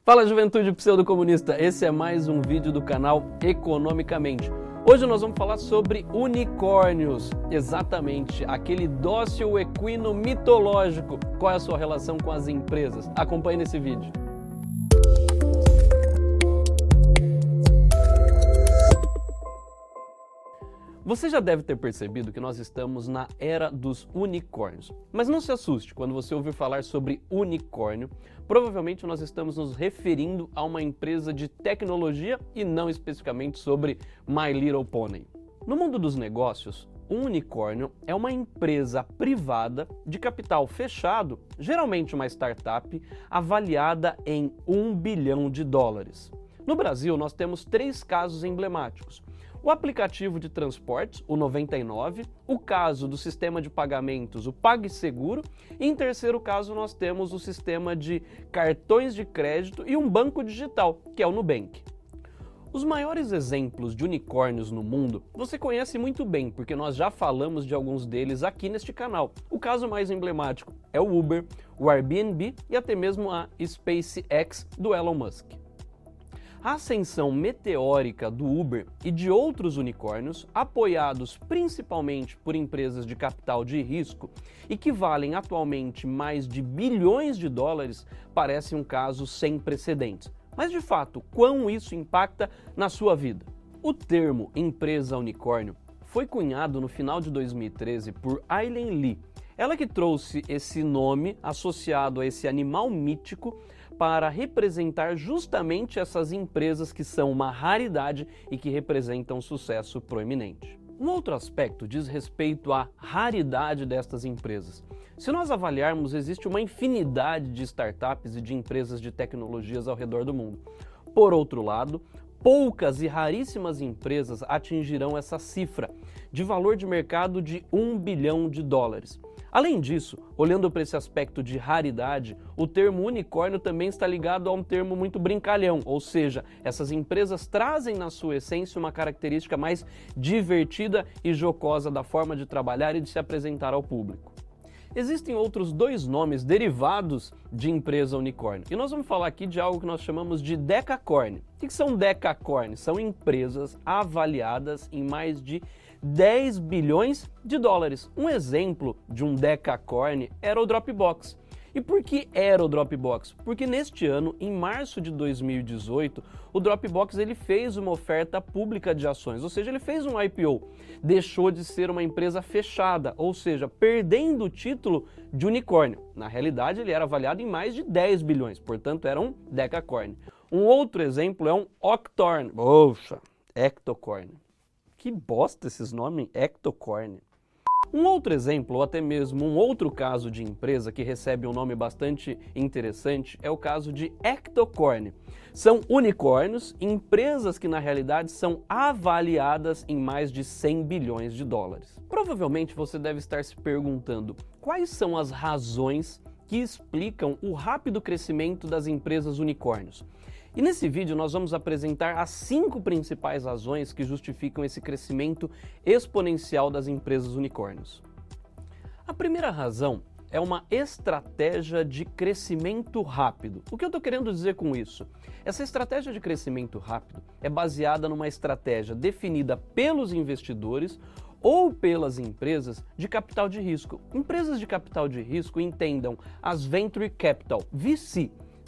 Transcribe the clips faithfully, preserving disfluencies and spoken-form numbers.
Fala, juventude pseudo-comunista, esse é mais um vídeo do canal Economicamente. Hoje nós vamos falar sobre unicórnios, exatamente, aquele dócil equino mitológico. Qual é a sua relação com as empresas? Acompanhe nesse vídeo. Você já deve ter percebido que nós estamos na era dos unicórnios. Mas não se assuste quando você ouvir falar sobre unicórnio. Provavelmente nós estamos nos referindo a uma empresa de tecnologia e não especificamente sobre My Little Pony. No mundo dos negócios, um unicórnio é uma empresa privada de capital fechado, geralmente uma startup, avaliada em um bilhão de dólares. No Brasil, nós temos três casos emblemáticos. O aplicativo de transportes, o noventa e nove, o caso do sistema de pagamentos, o PagSeguro, e em terceiro caso nós temos o sistema de cartões de crédito e um banco digital, que é o Nubank. Os maiores exemplos de unicórnios no mundo você conhece muito bem, porque nós já falamos de alguns deles aqui neste canal. O caso mais emblemático é o Uber, o Airbnb e até mesmo a SpaceX do Elon Musk. A ascensão meteórica do Uber e de outros unicórnios, apoiados principalmente por empresas de capital de risco e que valem atualmente mais de bilhões de dólares, parece um caso sem precedentes. Mas de fato, quão isso impacta na sua vida? O termo empresa unicórnio foi cunhado no final de dois mil e treze por Aileen Lee. Ela que trouxe esse nome associado a esse animal mítico para representar justamente essas empresas que são uma raridade e que representam sucesso proeminente. Um outro aspecto diz respeito à raridade destas empresas. Se nós avaliarmos, existe uma infinidade de startups e de empresas de tecnologias ao redor do mundo. Por outro lado, poucas e raríssimas empresas atingirão essa cifra de valor de mercado de um bilhão de dólares. Além disso, olhando para esse aspecto de raridade, o termo unicórnio também está ligado a um termo muito brincalhão, ou seja, essas empresas trazem na sua essência uma característica mais divertida e jocosa da forma de trabalhar e de se apresentar ao público. Existem outros dois nomes derivados de empresa unicórnio, e nós vamos falar aqui de algo que nós chamamos de decacorn. O que são decacorn? São empresas avaliadas em mais de dez bilhões de dólares. Um exemplo de um decacorn era o Dropbox. E por que era o Dropbox? Porque neste ano, em março de dois mil e dezoito, o Dropbox ele fez uma oferta pública de ações, ou seja, ele fez um I P O. Deixou de ser uma empresa fechada, ou seja, perdendo o título de unicórnio. Na realidade, ele era avaliado em mais de dez bilhões, portanto era um decacorn. Um outro exemplo é um octorn. Poxa, ectocorn. Que bosta esses nomes, ectocorn. Um outro exemplo, ou até mesmo um outro caso de empresa que recebe um nome bastante interessante é o caso de ectocorn. São unicórnios, empresas que na realidade são avaliadas em mais de cem bilhões de dólares. Provavelmente você deve estar se perguntando quais são as razões que explicam o rápido crescimento das empresas unicórnios. E nesse vídeo nós vamos apresentar as cinco principais razões que justificam esse crescimento exponencial das empresas unicórnios. A primeira razão é uma estratégia de crescimento rápido. O que eu estou querendo dizer com isso? Essa estratégia de crescimento rápido é baseada numa estratégia definida pelos investidores ou pelas empresas de capital de risco. Empresas de capital de risco entendam as Venture Capital, V C.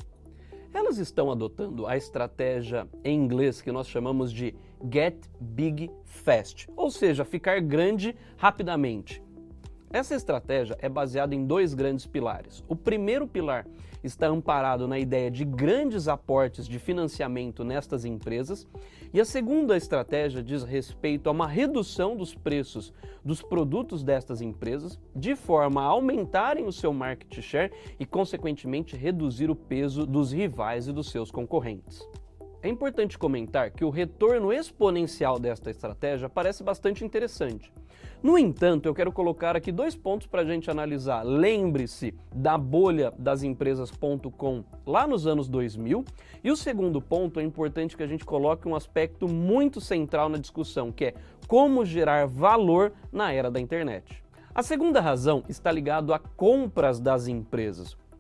Elas estão adotando a estratégia em inglês que nós chamamos de Get Big Fast, ou seja, ficar grande rapidamente. Essa estratégia é baseada em dois grandes pilares. O primeiro pilar está amparado na ideia de grandes aportes de financiamento nestas empresas, e a segunda estratégia diz respeito a uma redução dos preços dos produtos destas empresas, de forma a aumentarem o seu market share e, consequentemente, reduzir o peso dos rivais e dos seus concorrentes. É importante comentar que o retorno exponencial desta estratégia parece bastante interessante. No entanto, eu quero colocar aqui dois pontos para a gente analisar. Lembre-se da bolha das empresas ponto com lá nos anos dois mil. E o segundo ponto, é importante que a gente coloque um aspecto muito central na discussão, que é como gerar valor na era da internet. A segunda razão está ligada a compras das empresas.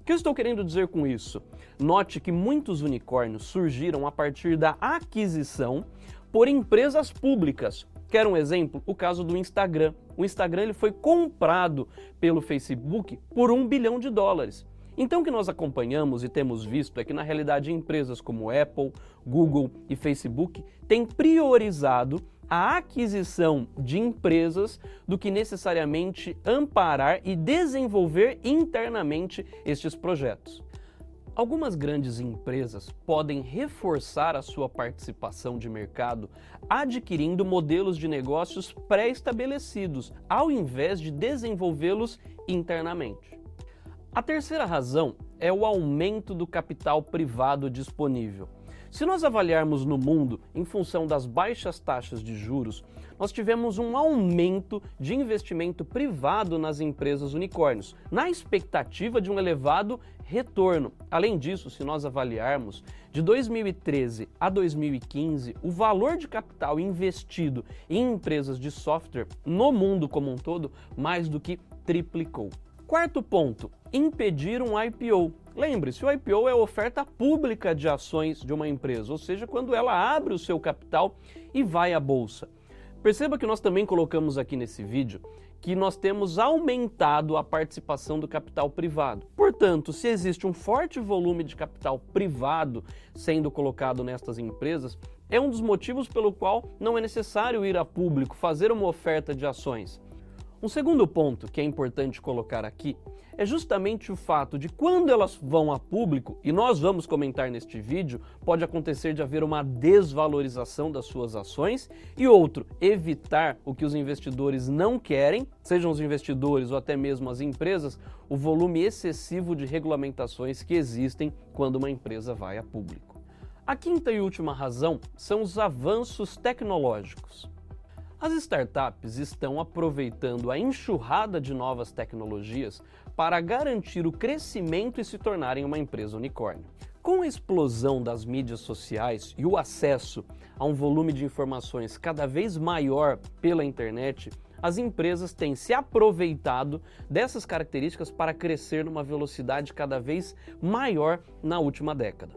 O que eu estou querendo dizer com isso? Note que muitos unicórnios surgiram a partir da aquisição por empresas públicas. Quer um exemplo? O caso do Instagram. O Instagram ele foi comprado pelo Facebook por um bilhão de dólares. Então o que nós acompanhamos e temos visto é que na realidade empresas como Apple, Google e Facebook têm priorizado a aquisição de empresas do que necessariamente amparar e desenvolver internamente estes projetos. Algumas grandes empresas podem reforçar a sua participação de mercado adquirindo modelos de negócios pré-estabelecidos, ao invés de desenvolvê-los internamente. A terceira razão é o aumento do capital privado disponível. Se nós avaliarmos no mundo, em função das baixas taxas de juros, nós tivemos um aumento de investimento privado nas empresas unicórnios, na expectativa de um elevado retorno. Além disso, se nós avaliarmos, de dois mil e treze a dois mil e quinze, o valor de capital investido em empresas de software no mundo como um todo mais do que triplicou. Quarto ponto, impedir um I P O. Lembre-se, o I P O é a oferta pública de ações de uma empresa, ou seja, quando ela abre o seu capital e vai à bolsa. Perceba que nós também colocamos aqui nesse vídeo que nós temos aumentado a participação do capital privado. Portanto, se existe um forte volume de capital privado sendo colocado nestas empresas, é um dos motivos pelo qual não é necessário ir a público, fazer uma oferta de ações. Um segundo ponto que é importante colocar aqui é justamente o fato de quando elas vão a público, e nós vamos comentar neste vídeo, pode acontecer de haver uma desvalorização das suas ações e outro, evitar o que os investidores não querem, sejam os investidores ou até mesmo as empresas, o volume excessivo de regulamentações que existem quando uma empresa vai a público. A quinta e última razão são os avanços tecnológicos. As startups estão aproveitando a enxurrada de novas tecnologias para garantir o crescimento e se tornarem uma empresa unicórnio. Com a explosão das mídias sociais e o acesso a um volume de informações cada vez maior pela internet, as empresas têm se aproveitado dessas características para crescer numa velocidade cada vez maior na última década.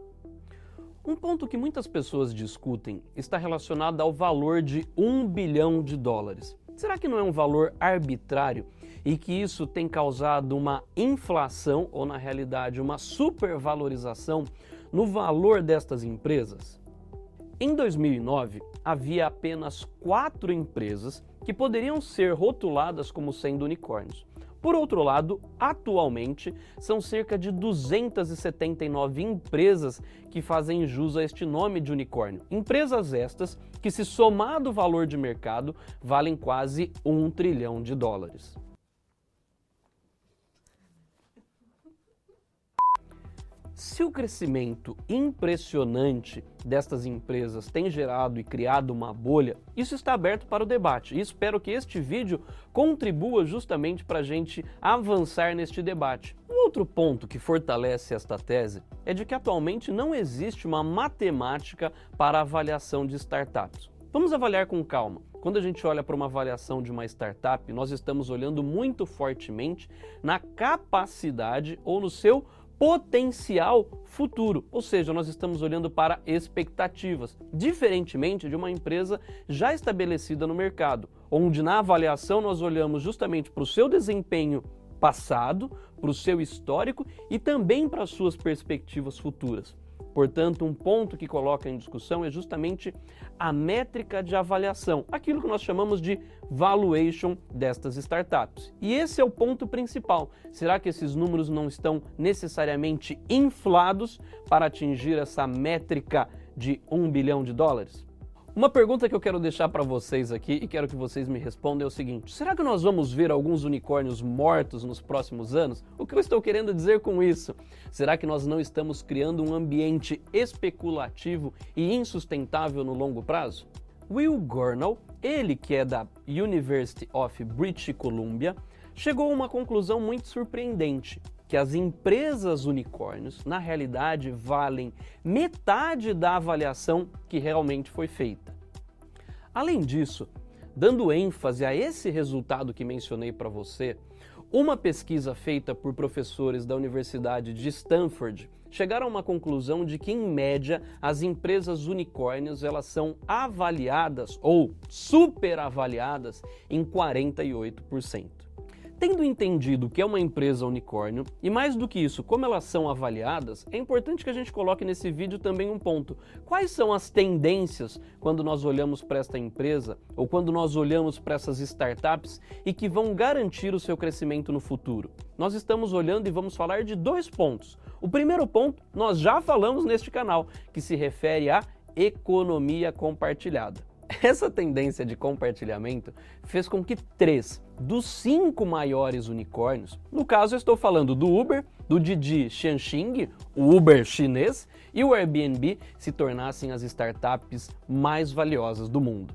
Um ponto que muitas pessoas discutem está relacionado ao valor de um bilhão de dólares. Será que não é um valor arbitrário e que isso tem causado uma inflação ou, na realidade, uma supervalorização no valor destas empresas? Em dois mil e nove, havia apenas quatro empresas que poderiam ser rotuladas como sendo unicórnios. Por outro lado, atualmente, são cerca de duzentas e setenta e nove empresas que fazem jus a este nome de unicórnio. Empresas estas que, se somado o valor de mercado, valem quase um trilhão de dólares. Se o crescimento impressionante destas empresas tem gerado e criado uma bolha, isso está aberto para o debate e espero que este vídeo contribua justamente para a gente avançar neste debate. Um outro ponto que fortalece esta tese é de que atualmente não existe uma matemática para a avaliação de startups. Vamos avaliar com calma. Quando a gente olha para uma avaliação de uma startup, nós estamos olhando muito fortemente na capacidade ou no seu potencial futuro, ou seja, nós estamos olhando para expectativas, diferentemente de uma empresa já estabelecida no mercado, onde na avaliação nós olhamos justamente para o seu desempenho passado, para o seu histórico e também para as suas perspectivas futuras. Portanto, um ponto que coloca em discussão é justamente a métrica de avaliação, aquilo que nós chamamos de valuation destas startups. E esse é o ponto principal. Será que esses números não estão necessariamente inflados para atingir essa métrica de um bilhão de dólares? Uma pergunta que eu quero deixar para vocês aqui e quero que vocês me respondam é o seguinte: será que nós vamos ver alguns unicórnios mortos nos próximos anos? O que eu estou querendo dizer com isso? Será que nós não estamos criando um ambiente especulativo e insustentável no longo prazo? Will Gurnall, ele que é da University of British Columbia, chegou a uma conclusão muito surpreendente, que as empresas unicórnios, na realidade, valem metade da avaliação que realmente foi feita. Além disso, dando ênfase a esse resultado que mencionei para você, Uma pesquisa feita por professores da Universidade de Stanford chegaram a uma conclusão de que, em média, as empresas unicórnios elas são avaliadas ou superavaliadas em quarenta e oito por cento. Tendo entendido o que é uma empresa unicórnio, e mais do que isso, como elas são avaliadas, é importante que a gente coloque nesse vídeo também um ponto. Quais são as tendências quando nós olhamos para esta empresa, ou quando nós olhamos para essas startups, e que vão garantir o seu crescimento no futuro? Nós estamos olhando e vamos falar de dois pontos. O primeiro ponto, nós já falamos neste canal, que se refere à economia compartilhada. Essa tendência de compartilhamento fez com que três dos cinco maiores unicórnios, no caso eu estou falando do Uber, do Didi Chuxing, o Uber chinês, e o Airbnb, se tornassem as startups mais valiosas do mundo.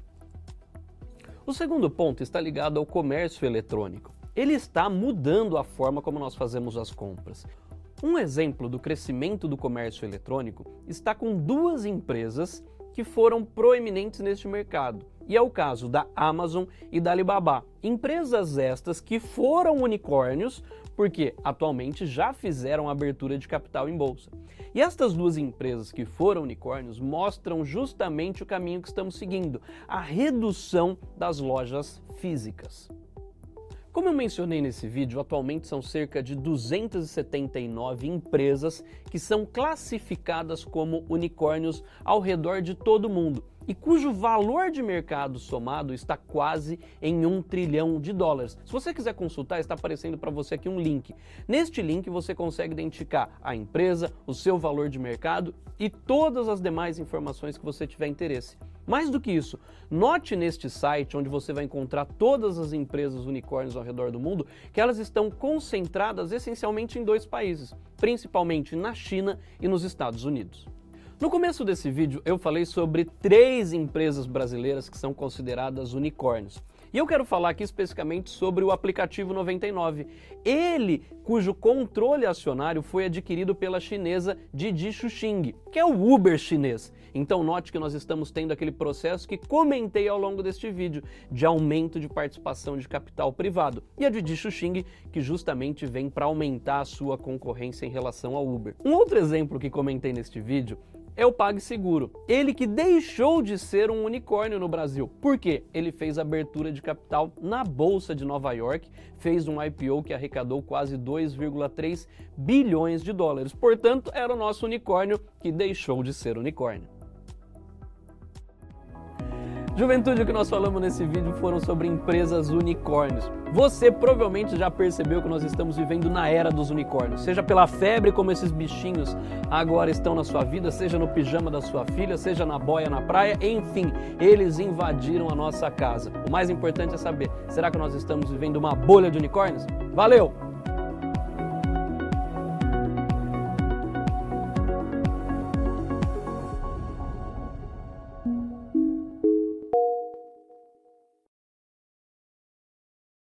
O segundo ponto está ligado ao comércio eletrônico. Ele está mudando a forma como nós fazemos as compras. Um exemplo do crescimento do comércio eletrônico está com duas empresas que foram proeminentes neste mercado, e é o caso da Amazon e da Alibaba. Empresas estas que foram unicórnios porque atualmente já fizeram abertura de capital em bolsa. E estas duas empresas que foram unicórnios mostram justamente o caminho que estamos seguindo, a redução das lojas físicas. Como eu mencionei nesse vídeo, atualmente são cerca de duzentas e setenta e nove empresas que são classificadas como unicórnios ao redor de todo o mundo e cujo valor de mercado somado está quase em um trilhão de dólares. Se você quiser consultar, está aparecendo para você aqui um link. Neste link você consegue identificar a empresa, o seu valor de mercado e todas as demais informações que você tiver interesse. Mais do que isso, note neste site, onde você vai encontrar todas as empresas unicórnios ao redor do mundo, que elas estão concentradas essencialmente em dois países, principalmente na China e nos Estados Unidos. No começo desse vídeo eu falei sobre três empresas brasileiras que são consideradas unicórnios. E eu quero falar aqui especificamente sobre o aplicativo noventa e nove. Ele, cujo controle acionário foi adquirido pela chinesa Didi Chuxing, que é o Uber chinês. Então note que nós estamos tendo aquele processo que comentei ao longo deste vídeo, de aumento de participação de capital privado. E a Didi Chuxing, que justamente vem para aumentar a sua concorrência em relação ao Uber. Um outro exemplo que comentei neste vídeo é o PagSeguro. Ele que deixou de ser um unicórnio no Brasil. Por quê? Ele fez abertura de capital na Bolsa de Nova York, fez um I P O que arrecadou quase dois vírgula três bilhões de dólares. Portanto, era o nosso unicórnio que deixou de ser unicórnio. Juventude, o que nós falamos nesse vídeo foram sobre empresas unicórnios. Você provavelmente já percebeu que nós estamos vivendo na era dos unicórnios, seja pela febre como esses bichinhos agora estão na sua vida, seja no pijama da sua filha, seja na boia na praia, enfim, eles invadiram a nossa casa. O mais importante é saber, será que nós estamos vivendo uma bolha de unicórnios? Valeu!